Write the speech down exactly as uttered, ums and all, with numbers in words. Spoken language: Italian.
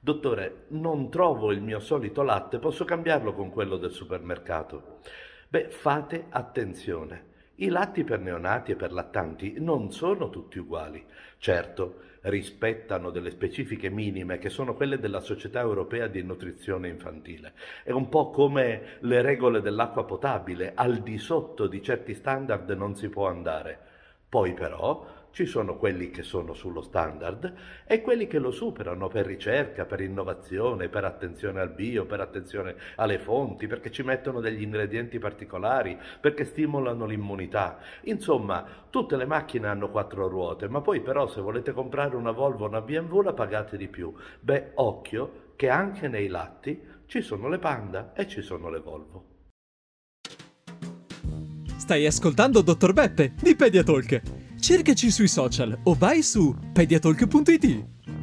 Dottore, non trovo il mio solito latte, posso cambiarlo con quello del supermercato? Beh, fate attenzione. I latti per neonati e per lattanti non sono tutti uguali. Certo, rispettano delle specifiche minime che sono quelle della Società Europea di Nutrizione Infantile. È un po' come le regole dell'acqua potabile, al di sotto di certi standard non si può andare. Poi però ci sono quelli che sono sullo standard e quelli che lo superano per ricerca, per innovazione, per attenzione al bio, per attenzione alle fonti, perché ci mettono degli ingredienti particolari, perché stimolano l'immunità. Insomma, tutte le macchine hanno quattro ruote, ma poi però se volete comprare una Volvo o una B M W la pagate di più. Beh, occhio che anche nei latti ci sono le Panda e ci sono le Volvo. Stai ascoltando dottor Beppe di Pediatalk. Cercaci sui social o vai su pediatalk punto it.